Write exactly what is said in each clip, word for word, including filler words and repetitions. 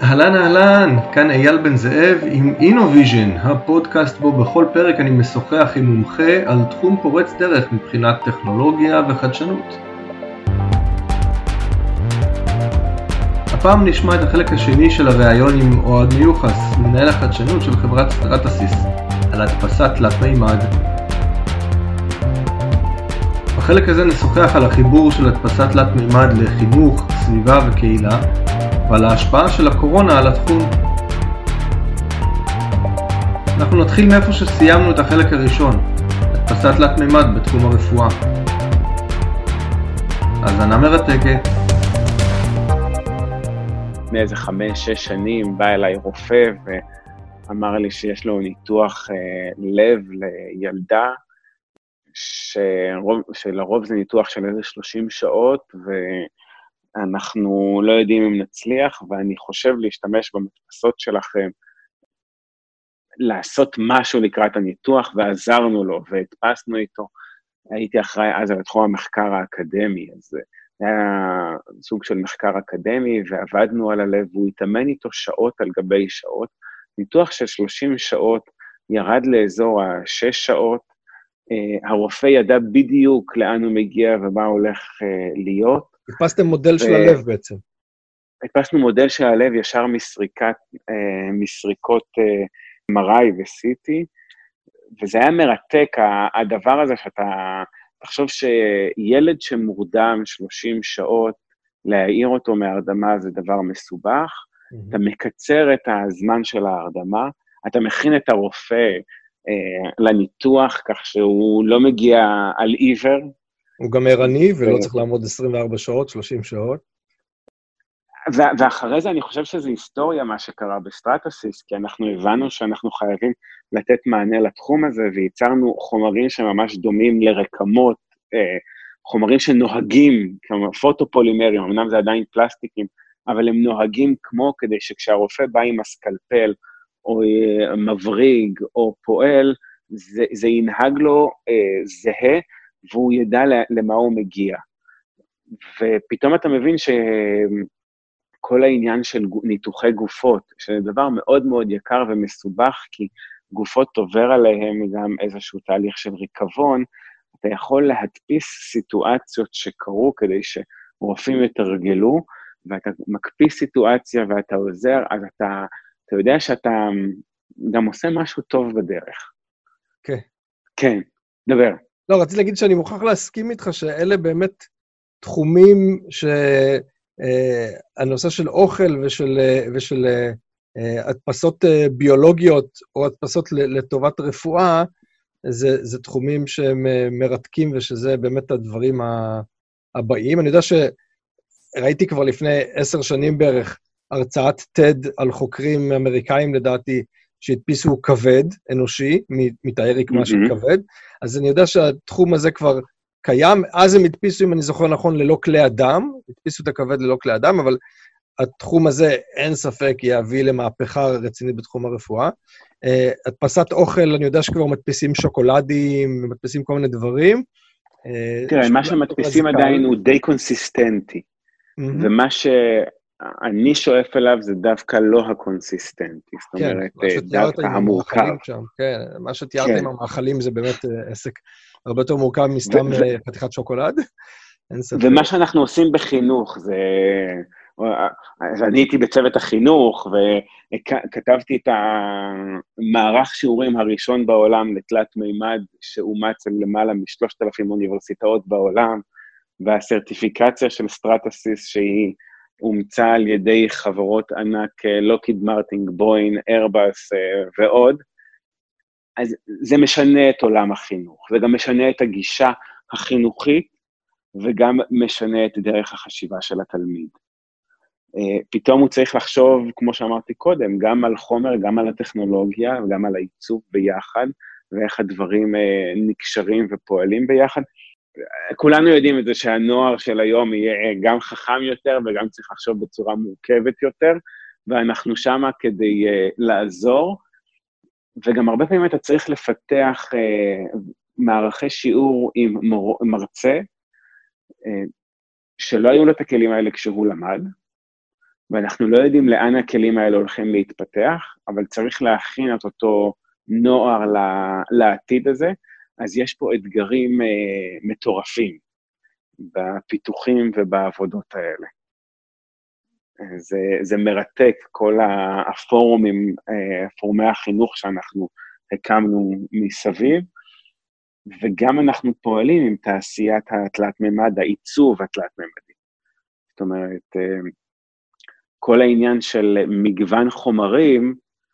אהלן אהלן, כאן אייל בן זאב עם אינוויז'ן, הפודקאסט בו בכל פרק אני משוחח עם מומחה על תחום פורץ דרך מבחינת טכנולוגיה וחדשנות. הפעם נשמע את החלק השני של הראיון עם אוהד מיוחס, מנהל החדשנות של חברת סטרטסיס, על הדפסת תלת מימד. בחלק הזה נשוחח על החיבור של הדפסת תלת מימד לחינוך, סביבה וקהילה, ועל ההשפעה של הקורונה על התחום. אנחנו נתחיל מאיפה שסיימנו את החלק הראשון, הדפסת תלת מימד בתחום הרפואה. האזנה מרתקת. מאיזה חמש, שש שנים בא אליי רופא ואמר לי שיש לו ניתוח אה, לב לילדה, שרוב, שלרוב זה ניתוח של איזה שלושים שעות, ואנחנו לא יודעים אם נצליח, ואני חושב להשתמש במדפסות שלכם, לעשות משהו לקראת הניתוח, ועזרנו לו, והדפסנו איתו. הייתי אחראי אז על תחום המחקר האקדמי, אז היה סוג של מחקר אקדמי, ועבדנו על הלב, והוא התאמן איתו שעות על גבי שעות. ניתוח של שלושים שעות ירד לאזור ה-שש שעות, uh, הרופא ידע בדיוק לאן הוא מגיע ומה הולך uh, להיות. הדפסתם מודל ו... של הלב בעצם. הדפסנו מודל של הלב ישר מסריקת, uh, מסריקות uh, אם אר איי ו-סי טי, וזה היה מרתק, הדבר הזה שאתה... תחשוב שילד שמורדם שלושים שעות, להעיר אותו מהרדמה זה דבר מסובך, mm-hmm. אתה מקצר את הזמן של ההרדמה, אתה מכין את הרופא אה, לניתוח, כך שהוא לא מגיע על עיוור. הוא גם ערני ולא ו... צריך לעמוד עשרים וארבע שעות, שלושים שעות. ו- ואחרי זה אני חושב שזה היסטוריה מה שקרה בסטרטסיס, כי אנחנו הבנו שאנחנו חייבים לתת מענה לתחום הזה, וייצרנו חומרים שממש דומים לרקמות, אה, חומרים שנוהגים, כמו פוטופולימרים, אמנם זה עדיין פלסטיקים, אבל הם נוהגים כמו כדי שכשהרופא בא עם הסקלפל, או אה, מבריג, או פועל, זה, זה ינהג לו אה, זהה, והוא ידע למה הוא מגיע. ופתאום אתה מבין ש... כל העניין של ניתוחי גופות, שזה דבר מאוד מאוד יקר ומסובך, כי גופות עובר עליהם גם איזשהו תהליך של ריקבון, אתה יכול להדפיס סיטואציות שקרו כדי שרופאים יתרגלו, ואתה מקפיס סיטואציה ואתה עוזר, אז אתה, אתה יודע שאתה גם עושה משהו טוב בדרך. כן. כן, דבר. לא, רציתי להגיד שאני מוכרח להסכים איתך שאלה באמת תחומים ש... Uh, הנושא של אוכל ושל, uh, ושל uh, הדפסות uh, ביולוגיות או הדפסות לטובת רפואה, זה, זה תחומים שהם uh, מרתקים ושזה באמת הדברים הבאים. אני יודע שראיתי כבר לפני עשר שנים בערך הרצאת TED על חוקרים אמריקאים לדעתי שהדפיסו כבד אנושי, מתאר רקמה של כבד, אז אני יודע שהתחום הזה כבר קיים, אז הם הדפיסו, אם אני זוכר נכון, ללא כלי אדם, הדפיסו את הכבד ללא כלי אדם, אבל התחום הזה, אין ספק, יביא למהפכה רצינית בתחום הרפואה. Uh, הדפסת אוכל, אני יודע שכבר מדפיסים שוקולדים, מדפיסים כל מיני דברים. Uh, תראה, מה שמדפיסים עדיין הוא די קונסיסטנטי, mm-hmm. ומה שאני שואף אליו זה דווקא לא הקונסיסטנטי, זאת כן, אומרת, דווקא המורכב. שם, כן, מה שתיארת כן. עם המאכלים זה באמת uh, עסק הרבה יותר מורכב מסתם ו- חתיכת שוקולד. ומה שאנחנו עושים בחינוך, זה... אני הייתי בצוות החינוך, וכתבתי את המערך שיעורים הראשון בעולם לתלת מימד, שאומץ על למעלה משלושת אלפים אוניברסיטאות בעולם, והסרטיפיקציה של סטרטסיס, שהיא אומצה על ידי חברות ענק, לוקיד מרטין, בוין, איירבאס ועוד, אז זה משנה את עולם החינוך, זה גם משנה את הגישה החינוכית, וגם משנה את דרך החשיבה של התלמיד. פתאום הוא צריך לחשוב, כמו שאמרתי קודם, גם על חומר, גם על הטכנולוגיה, וגם על העיצוב ביחד, ואיך הדברים נקשרים ופועלים ביחד. כולנו יודעים את זה שהנוער של היום יהיה גם חכם יותר, וגם צריך לחשוב בצורה מורכבת יותר, ואנחנו שמה כדי לעזור, וגם הרבה פעמים אתה צריך לפתח אה, מערכי שיעור עם מור, מרצה, אה, שלא היו לו את הכלים האלה כשהוא למד, ואנחנו לא יודעים לאן הכלים האלה הולכים להתפתח, אבל צריך להכין את אותו נוער לעתיד הזה, אז יש פה אתגרים אה, מטורפים בפיתוחים ובעבודות האלה. זה, זה מרתק, כל הפורומים, פורומי החינוך שאנחנו הקמנו מסביב, וגם אנחנו פועלים עם תעשיית התלת-ממד, העיצוב התלת-ממדי. זאת אומרת, כל העניין של מגוון חומרים,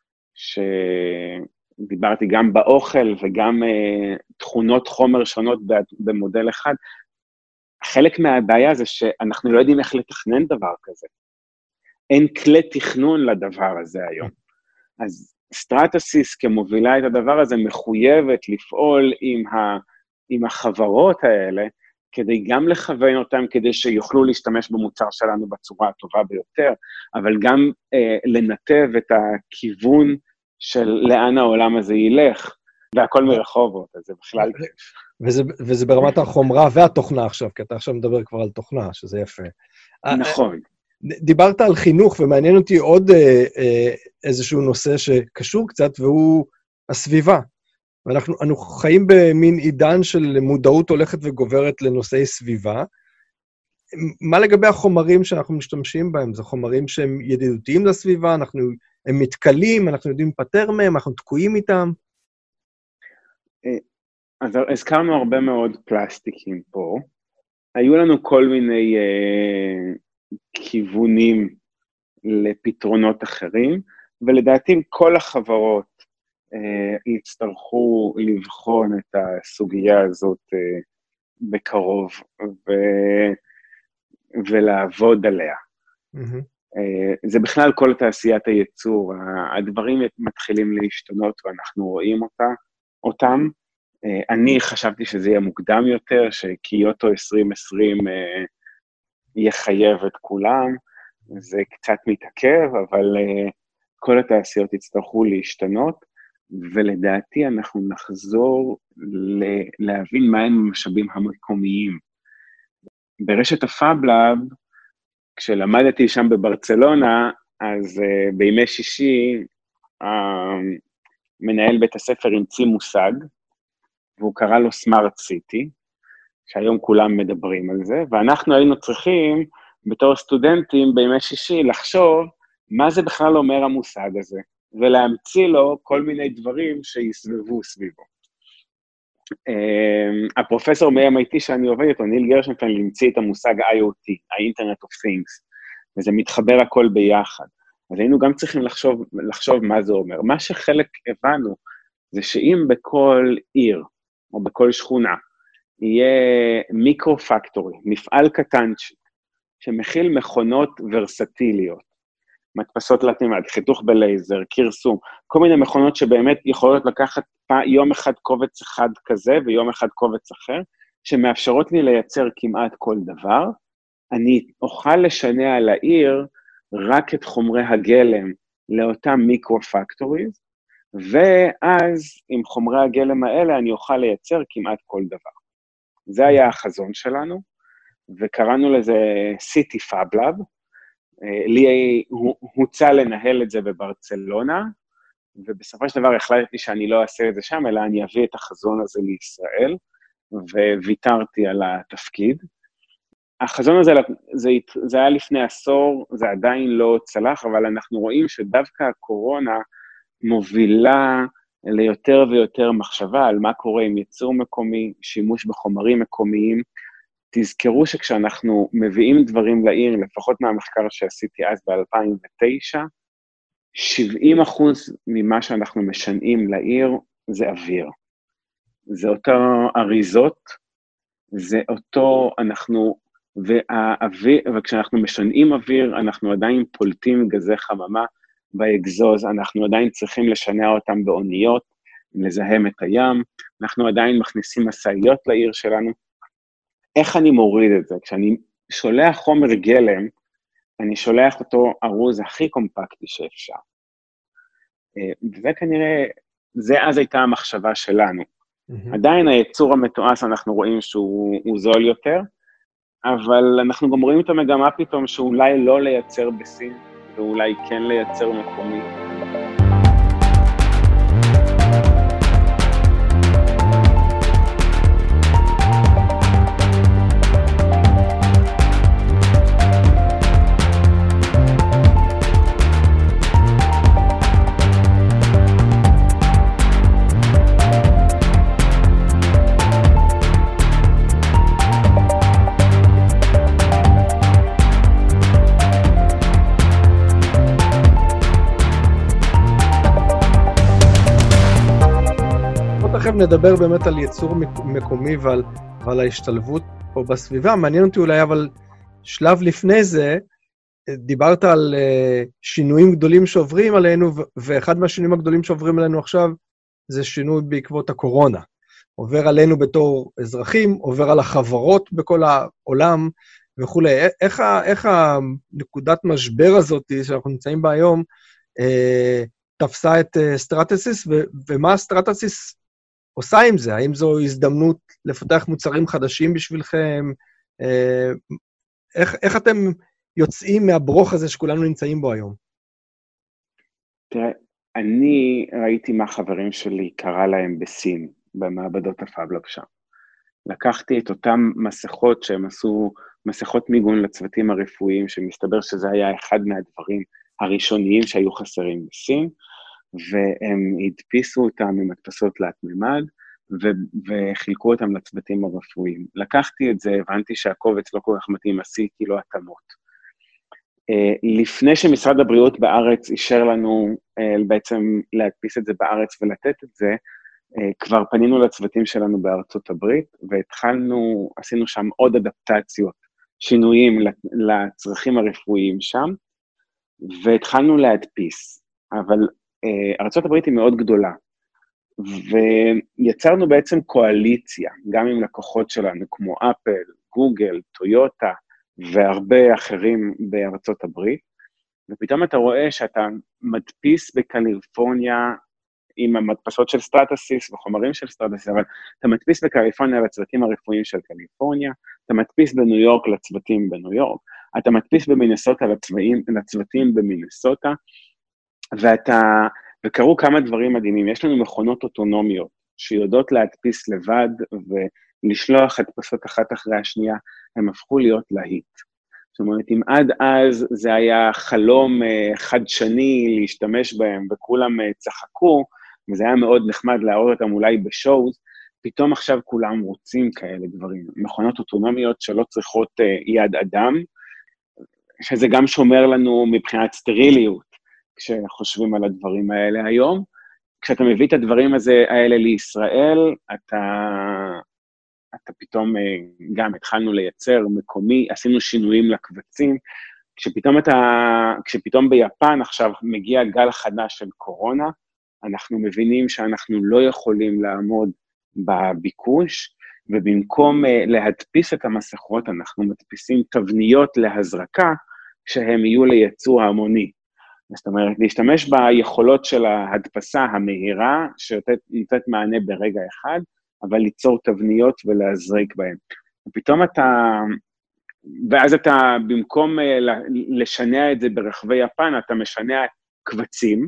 שדיברתי גם באוכל וגם תכונות חומר שונות במודל אחד, חלק מהבעיה זה שאנחנו לא יודעים איך לתכנן דבר כזה. אין כלי תכנון לדבר הזה היום. אז סטרטוסיס כמובילה את הדבר הזה מחויבת לפעול עם, ה, עם החברות האלה, כדי גם לכוון אותם, כדי שיוכלו להשתמש במוצר שלנו בצורה הטובה ביותר, אבל גם אה, לנתב את הכיוון של לאן העולם הזה ילך, והכל מרחובות, אז זה בכלל... וזה, וזה ברמת החומרה והתוכנה עכשיו, כי אתה עכשיו מדבר כבר על תוכנה, שזה יפה. נכון. דיברת על חינוך, ומעניין אותי עוד אה, אה, איזשהו נושא שקשור קצת, והוא הסביבה. ואנחנו אנו חיים במין עידן של מודעות הולכת וגוברת לנושאי סביבה. מה לגבי החומרים שאנחנו משתמשים בהם? זה חומרים שהם ידידותיים לסביבה, אנחנו, הם מתקלים, אנחנו יודעים פטר מהם, אנחנו תקועים איתם. אז הזכרנו הרבה מאוד פלסטיקים פה. היו לנו כל מיני אה, כיוונים לפתרונות אחרים, ולדעתי כל החברות אה, יצטרכו לבחון את הסוגיה הזאת אה, בקרוב, ו, ולעבוד עליה. Mm-hmm. אה, זה בכלל כל תעשיית הייצור, הדברים מתחילים להשתנות ואנחנו רואים אותה, אותם. אני חשבתי שזה יהיה מוקדם יותר, שקיוטו עשרים עשרים יחייב את כולם, זה קצת מתעכב, אבל כל התעשיות יצטרכו להשתנות, ולדעתי אנחנו נחזור להבין מהם המשאבים המקומיים. ברשת הפאבלאב, כשלמדתי שם בברצלונה, אז בימי שישי, מנהל בית הספר המציא מושג, והוא קרא לו סמארט סיטי, שהיום כולם מדברים על זה, ואנחנו היינו צריכים, בתור סטודנטים בימי שישי, לחשוב מה זה בכלל אומר המושג הזה, ולהמציא לו כל מיני דברים שיסבבו סביבו. הפרופסור מ-אם איי טי שאני עובד איתו, ניל גרשנפלד, המציא את המושג איי או טי, ה-Internet of Things, וזה מתחבר הכל ביחד. אז היינו גם צריכים לחשוב, לחשוב מה זה אומר. מה שחלק הבנו, זה שאם בכל עיר, או בכל שכונה, יהיה מיקרו-פקטורי, מפעל קטנצ'יק, שמכיל מכונות ורסטיליות, מדפסות תלת-ממד, חיתוך בלייזר, קרסום, כל מיני מכונות שבאמת יכולות לקחת יום אחד קובץ אחד כזה, ויום אחד קובץ אחר, שמאפשרות לי לייצר כמעט כל דבר, אני אוכל לשנע על העיר רק את חומרי הגלם לאותם מיקרו-פקטוריז, ואז עם חומרי הגלם האלה אני אוכל לייצר כמעט כל דבר. זה היה החזון שלנו, וקראנו לזה City Fab Lab, לי הוצא לנהל את זה בברצלונה, ובסופו של דבר החלטתי שאני לא אעשה את זה שם, אלא אני אביא את החזון הזה לישראל, וויתרתי על התפקיד. החזון הזה, זה, זה היה לפני עשור, זה עדיין לא צלח, אבל אנחנו רואים שדווקא הקורונה מובילה ליותר ויותר מחשבה על מה קורה עם ייצור מקומי, שימוש בחומרים מקומיים. תזכרו שכשאנחנו מביאים דברים לעיר, לפחות מהמחקר שעשיתי אז ב-אלפיים ותשע, שבעים אחוז ממה שאנחנו משנעים לעיר זה אוויר. זה אותו אריזות, זה אותו אנחנו, והאוויר, וכשאנחנו משנעים אוויר, אנחנו עדיין פולטים גזי חממה באגזוז, אנחנו עדיין צריכים לשנע אותם באוניות, לזהם את הים, אנחנו עדיין מכניסים מסעיות לעיר שלנו. איך אני מוריד את זה? כשאני שולח חומר גלם, אני שולח אותו ארוז הכי קומפקטי שאפשר. וזה כנראה, זה אז הייתה המחשבה שלנו. Mm-hmm. עדיין הייצור המתועש אנחנו רואים שהוא זול יותר, אבל אנחנו גם רואים את המגמה פתאום שאולי לא לייצר בסין, ואולי כן לייצר מקומי. תכף נדבר באמת על ייצור מקומי ועל, ועל ההשתלבות פה בסביבה. מעניין אותי אולי, אבל שלב לפני זה, דיברת על uh, שינויים גדולים שעוברים עלינו, ואחד מהשינויים הגדולים שעוברים עלינו עכשיו, זה שינוי בעקבות הקורונה. עובר עלינו בתור אזרחים, עובר על החברות בכל העולם וכו'. איך, איך הנקודת משבר הזאת שאנחנו נמצאים בה היום, uh, תפסה את uh, סטרטסיס, ו- ומה סטרטסיס עושה עם זה? האם זו הזדמנות לפתח מוצרים חדשים בשבילכם? איך, איך אתם יוצאים מהברוך הזה שכולנו נמצאים בו היום? תראה, אני ראיתי מה חברים שלי קרא להם בסין, במעבדות הפאבלוב שם. לקחתי את אותם מסכות שהם עשו, מסכות מיגון לצוותים הרפואיים, שמסתבר שזה היה אחד מהדברים הראשוניים שהיו חסרים בסין, והם הדפיסו אותם עם הדפסות תלת מימד, ו- וחילקו אותם לצוותים הרפואיים. לקחתי את זה, הבנתי שהקובץ לא כל כך מתאים, עשיתי לו התאמות. Uh, לפני שמשרד הבריאות בארץ אישר לנו uh, בעצם להדפיס את זה בארץ ולתת את זה, uh, כבר פנינו לצוותים שלנו בארצות הברית, והתחלנו, עשינו שם עוד אדפטציות, שינויים לצרכים הרפואיים שם, והתחלנו להדפיס. אבל ארצות הברית היא מאוד גדולה, ויצרנו בעצם קואליציה, גם עם לקוחות שלנו, כמו אפל, גוגל, טויוטה, והרבה אחרים בארצות הברית, ופתאום אתה רואה שאתה מדפיס בקליפורניה, עם המדפסות של סטרטסיס וחומרים של סטרטסיס, אבל אתה מדפיס בקליפורניה לצוותים הרפואיים של קליפורניה, אתה מדפיס בניו יורק לצוותים בניו יורק, אתה מדפיס במינסוטה לצוותים, לצוותים במינסוטה, ואתה, וקראו כמה דברים מדהימים, יש לנו מכונות אוטונומיות, שיודעות להדפיס לבד, ולשלוח הדפסות אחת אחרי השנייה, הם הפכו להיות להיט. זאת אומרת, אם עד אז זה היה חלום חדשני להשתמש בהם, וכולם צחקו, וזה היה מאוד נחמד להראות אותם אולי בשואוז, פתאום עכשיו כולם רוצים כאלה דברים, מכונות אוטונומיות שלא צריכות יד אדם, שזה גם שומר לנו מבחינת סטריליות, כשחושבים על הדברים האלה היום. כשאתה מביא את הדברים הזה, האלה לישראל, אתה, אתה פתאום גם התחלנו לייצר מקומי, עשינו שינויים לקבצים, כשפתאום, אתה, כשפתאום ביפן עכשיו מגיע גל חדש של קורונה, אנחנו מבינים שאנחנו לא יכולים לעמוד בביקוש, ובמקום להדפיס את המסכות, אנחנו מדפיסים תבניות להזרקה, שהם יהיו לייצור המוני. זאת אומרת, להשתמש ביכולות של ההדפסה המהירה, שנותנת מענה ברגע אחד, אבל ליצור תבניות ולהזריק בהן. ופתאום אתה, ואז אתה, במקום לשנע את זה ברחבי יפן, אתה משנע קבצים,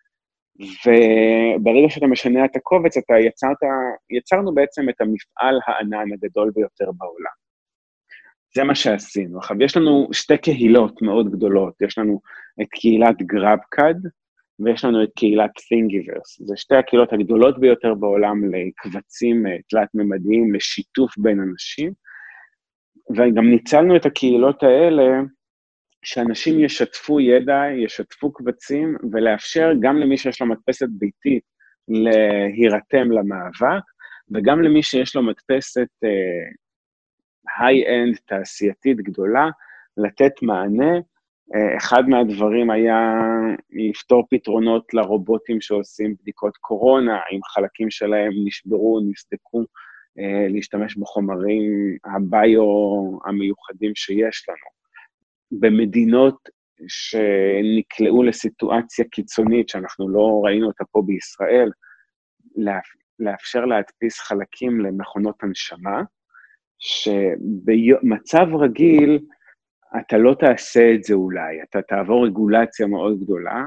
וברגע שאתה משנע את הקובץ, אתה יצרת, יצרנו בעצם את המפעל הענן הגדול ביותר בעולם. זה מה שעשינו. עכשיו, יש לנו שתי קהילות מאוד גדולות, יש לנו את קהילת גרבקד, ויש לנו את קהילת Thingiverse. זה שתי הקהילות הגדולות ביותר בעולם לקבצים תלת-ממדיים, לשיתוף בין אנשים, וגם ניצלנו את הקהילות האלה, שאנשים ישתפו ידע, ישתפו קבצים, ולאפשר גם למי שיש לו מדפסת ביתית להירתם למאבק, וגם למי שיש לו מדפסת היי-אנד תעשייתית גדולה, לתת מענה. אחד מהדברים היה לפתור פתרונות לרובוטים שעושים בדיקות קורונה, אם חלקים שלהם נשברו, נסדקו, להשתמש בחומרים הביו המיוחדים שיש לנו. במדינות שנקלעו לסיטואציה קיצונית, שאנחנו לא ראינו אותה פה בישראל, לאפשר להדפיס חלקים למכונות הנשמה, שבמצב רגיל, אתה לא תעשה את זה אולי, אתה תעבור רגולציה מאוד גדולה,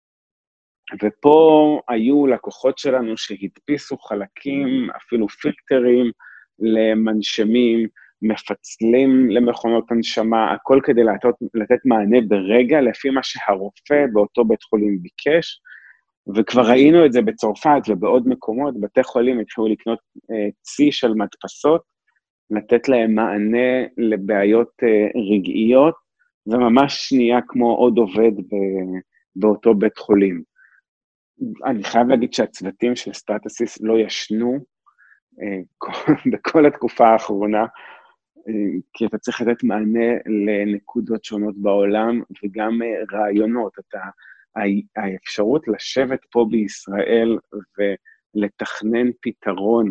ופה היו לקוחות שלנו שהדפיסו חלקים, אפילו פילטרים למנשמים, מפצלים למכונות הנשמה, הכל כדי לתת, לתת מענה ברגע, לפי מה שהרופא באותו בית חולים ביקש, וכבר ראינו את זה בצרפת ובעוד מקומות, בתי חולים התחילו לקנות אה, צי של מדפסות, לתת להם מענה לבעיות אה, רגעיות, וממש שנייה כמו עוד עובד ב, באותו בית חולים. אני חייב להגיד שהצוותים של סטרטסיס לא ישנו, בכל התקופה האחרונה, כי אתה צריך לתת מענה לנקודות שונות בעולם, וגם רעיונות, אתה, האפשרות לשבת פה בישראל, ולתכנן פתרון,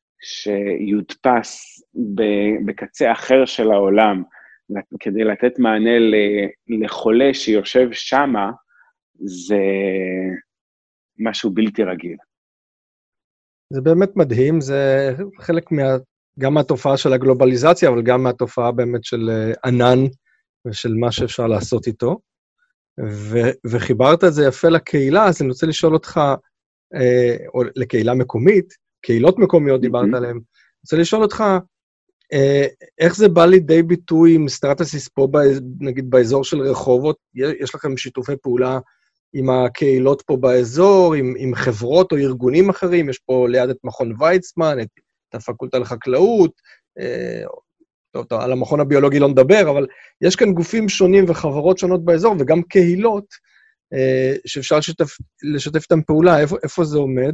שיודפס בקצה אחר של העולם, כדי לתת מענה לחולה שיושב שמה, זה משהו בלתי רגיל. זה באמת מדהים, זה חלק מה, גם מהתופעה של הגלובליזציה, אבל גם מהתופעה באמת של ענן, ושל מה שאפשר לעשות איתו. ו, וחיברת את זה יפה לקהילה, אז אני רוצה לשאול אותך, אה, או לקהילה מקומית, קהילות מקומיות דיברת עליהן, אני רוצה לשאול אותך, אה, איך זה בא לידי ביטוי עם סטרטסיס פה, נגיד באזור של רחובות, יש לכם שיתופי פעולה עם הקהילות פה באזור, עם, עם חברות או ארגונים אחרים, יש פה ליד את מכון ויצמן, את, את הפקולטה לחקלאות, אה, טוב, טוב, על המכון הביולוגי לא נדבר, אבל יש כאן גופים שונים וחברות שונות באזור, וגם קהילות אה, שאפשר לשתף, לשתף איתם פעולה. איפה, איפה זה עומד?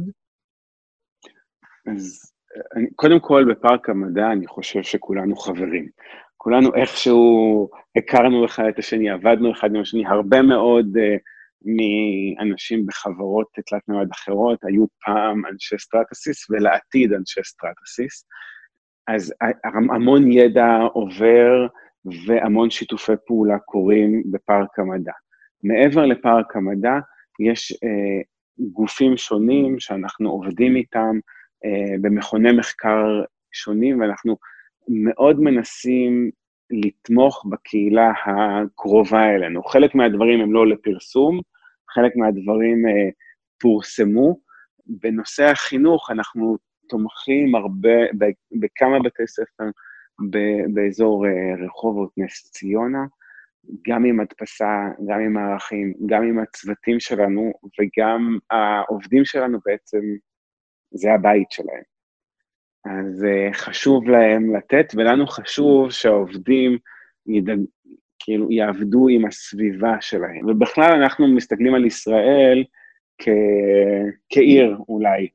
אז אני, קודם כל, בפארק המדע, אני חושב שכולנו חברים. כולנו איכשהו הכרנו אחד את השני, עבדנו אחד עם השני, הרבה מאוד אה, מאנשים בחברות תלת מימד אחרות, היו פעם אנשי סטרטסיס, ולעתיד אנשי סטרטסיס. אז המון ידע עובר, והמון שיתופי פעולה קורים בפארק המדע. מעבר לפארק המדע, יש אה, גופים שונים שאנחנו עובדים איתם, אה, במכוני מחקר שונים, ואנחנו מאוד מנסים לתמוך בקהילה הקרובה אלינו. חלק מהדברים הם לא לפרסום, חלק מהדברים אה, פורסמו. בנושא החינוך אנחנו תומכים הרבה, בכמה בתי ספר באזור רחובות נס ציונה, גם עם הדפסה, גם עם הערכים, גם עם הצוותים שלנו, וגם העובדים שלנו בעצם, זה הבית שלהם. אז חשוב להם לתת, ולנו חשוב שהעובדים ידע, כאילו יעבדו עם הסביבה שלהם. ובכלל אנחנו מסתכלים על ישראל כ, כעיר אולי,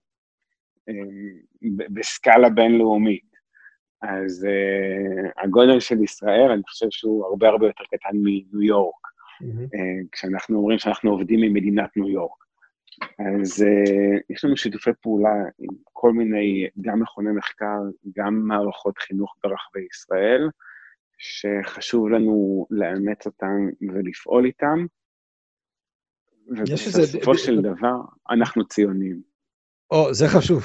בסקאלה בינלאומית. אז uh, הגודל של ישראל, אני חושב שהוא הרבה הרבה יותר קטן מניו יורק, mm-hmm. uh, כשאנחנו אומרים שאנחנו עובדים עם מדינת ניו יורק. אז uh, יש לנו שיתופי פעולה עם כל מיני, גם מכוני מחקר, גם מערכות חינוך ברחבי ישראל, שחשוב לנו לאמץ אותם ולפעול איתם, ובסופו של דבר אנחנו ציונים. או, זה חשוב.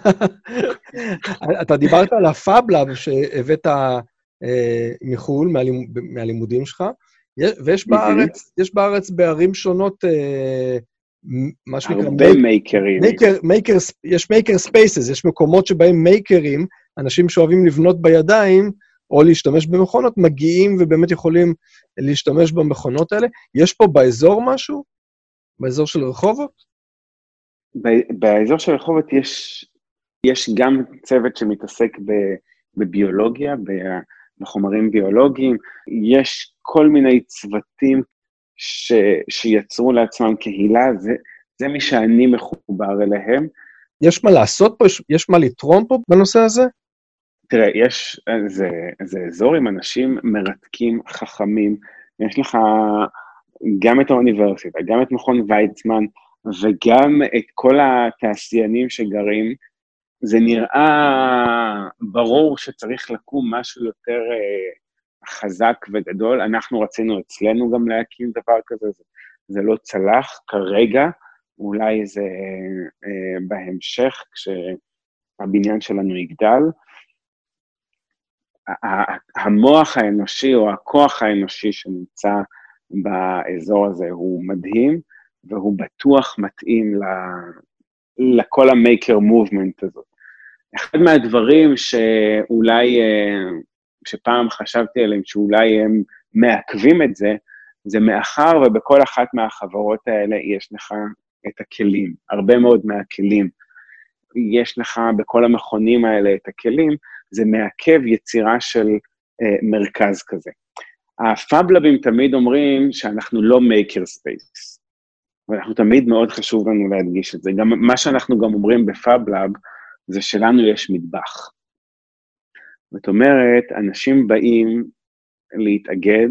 אתה דיברת על הפאבלאב שהבאת מחול, מהלימודים שלך, ויש בארץ, יש בארץ בערים שונות, מה שנקרא... הרבה מייקרים. יש מייקר ספייסס, יש מקומות שבהם מייקרים, אנשים שאוהבים לבנות בידיים, או להשתמש במכונות, מגיעים ובאמת יכולים להשתמש במכונות האלה. יש פה באזור משהו? באזור של רחובות? באזור של רחובות יש, יש גם צוות שמתעסק בביולוגיה, בחומרים ביולוגיים, יש כל מיני צוותים ש, שיצרו לעצמם קהילה, זה, זה מי שאני מחובר אליהם. יש מה לעשות פה? יש, יש מה לתרום פה בנושא הזה? תראה, יש, זה, זה אזור עם אנשים מרתקים, חכמים, יש לך גם את האוניברסיטה, גם את מכון ויצמן, וגם את כל התעשיינים שגרים, זה נראה ברור שצריך לקום משהו יותר אה, חזק וגדול. אנחנו רצינו אצלנו גם להקים דבר כזה, זה, זה לא צלח כרגע, אולי זה אה, בהמשך, כשהבניין שלנו יגדל. המוח האנושי או הכוח האנושי שנמצא באזור הזה הוא מדהים, והוא בטוח מתאים לכל המקר מובמנט הזאת. אחד מהדברים שאולי, שפעם חשבתי עליהם, שאולי הם מעכבים את זה, זה מאחר ובכל אחת מהחברות האלה יש לך את הכלים, הרבה מאוד מהכלים. יש לך בכל המכונים האלה את הכלים, זה מעכב יצירה של אה, מרכז כזה. הפאבלאבים תמיד אומרים שאנחנו לא maker space, ואנחנו תמיד מאוד חשוב לנו להדגיש את זה. גם מה שאנחנו גם אומרים בפאבלאב, זה שלנו יש מטבח. זאת אומרת, אנשים באים להתאגד,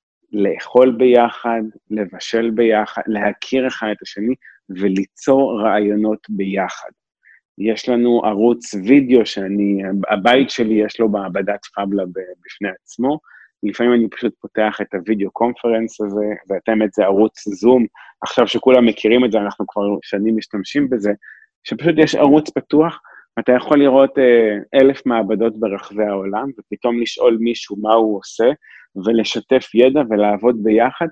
לאכול ביחד, לבשל ביחד, להכיר אחד את השני, וליצור רעיונות ביחד. יש לנו ערוץ וידאו שאני, הבית שלי יש לו מעבדת פאבלאב בפני עצמו, לפעמים אני פשוט פותח את הוידאו קונפרנס הזה, ואתם את זה ערוץ זום, עכשיו שכולם מכירים את זה, אנחנו כבר שנים משתמשים בזה, שפשוט יש ערוץ פתוח, אתה יכול לראות אה, אלף מעבדות ברחבי העולם, ופתאום לשאול מישהו מה הוא עושה, ולשתף ידע ולעבוד ביחד,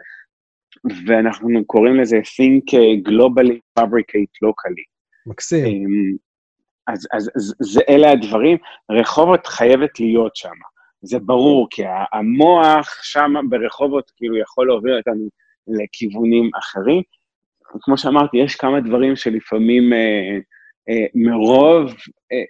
ואנחנו קוראים לזה think globally, fabricate locally. מקסים. אז, אז, אז זה אלה הדברים, רחובות חייבת להיות שם. זה ברור, כי המוח שם ברחובות כאילו יכול להוביל אותנו לכיוונים אחרים. כמו שאמרתי, יש כמה דברים שלפעמים אה, אה, מרוב אה,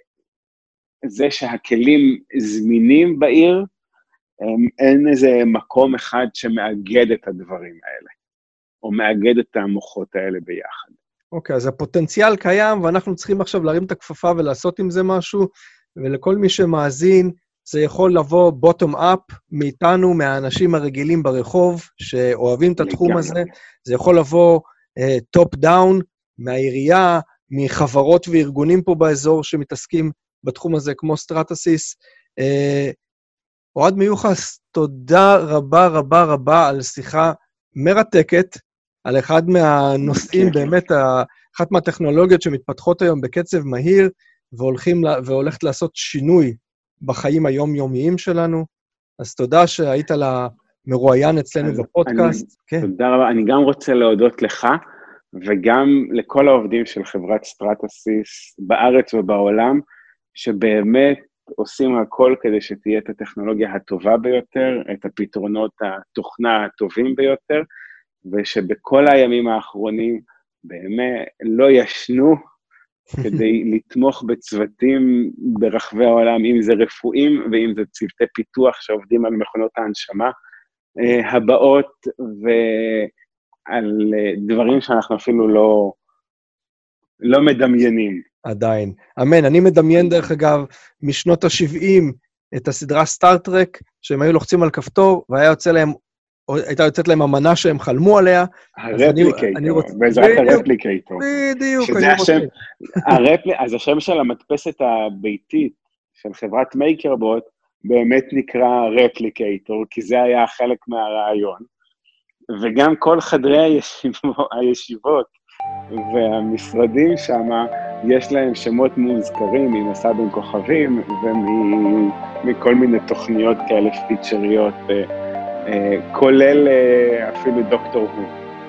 זה שהכלים זמינים בעיר, אה, אין איזה מקום אחד שמאגד את הדברים האלה, או מאגד את המוחות האלה ביחד. אוקיי, אז הפוטנציאל קיים, ואנחנו צריכים עכשיו להרים את הכפפה ולעשות עם זה משהו, ולכל מי שמאזין, זה יכול לבוא bottom up מאיתנו, מהאנשים הרגילים ברחוב, שאוהבים את התחום הזה, זה יכול לבוא uh, top down, מהעירייה, מחברות וארגונים פה באזור, שמתעסקים בתחום הזה, כמו סטרטסיס. Uh, אוהד מיוחס, תודה רבה רבה רבה על שיחה מרתקת, על אחד מהנושאים, באמת, אחת מהטכנולוגיות שמתפתחות היום בקצב מהיר, והולכים, והולכת לעשות שינוי בחיים היומיומיים שלנו. אז תודה שהיית למרואיין אצלנו בפודקאסט. אני, כן. תודה רבה. אני גם רוצה להודות לך, וגם לכל העובדים של חברת סטרטסיס, בארץ ובעולם, שבאמת עושים הכל כדי שתהיה את הטכנולוגיה הטובה ביותר, את הפתרונות התוכנה הטובים ביותר, ושבכל הימים האחרונים באמת לא ישנו כדי לתמוך בצוותים ברחבי העולם, אם זה רפואים ואם זה צוותי פיתוח שעובדים על מכונות ההנשמה הבאות, ועל דברים שאנחנו אפילו לא, לא מדמיינים. עדיין. אמן. אני מדמיין דרך אגב משנות ה-שבעים את הסדרה סטארטרק, שהם היו לוחצים על כפתור, והיה יוצא להם הייתה יוצאת להם אמנה שהם חלמו עליה. הרפליקייטור, בעזרת הרפליקייטור. בדיוק. אז השם של המדפסת הביתית של חברת מייקרבוט, באמת נקרא רפליקייטור, כי זה היה חלק מהרעיון. וגם כל חדרי הישיבות והמשרדים שם, יש להם שמות מוזכרים ממסע בין כוכבים, ומכל מיני תוכניות כאלה פיצ'ריות, כולל אפילו דוקטור הו.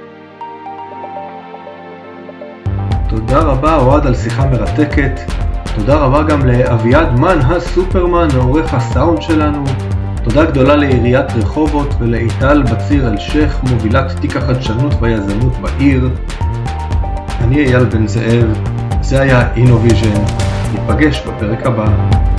תודה רבה אוהד על שיחה מרתקת. תודה רבה גם לאביעד מן הסופרמן, עורך הסאונד שלנו. תודה גדולה לעיריית רחובות ולאיטל בציר אלשך, מובילת תיק החדשנות והיזמות בעיר. אני אייל בן זאב, זה היה אינוביז'ן. ניפגש בפרק הבא.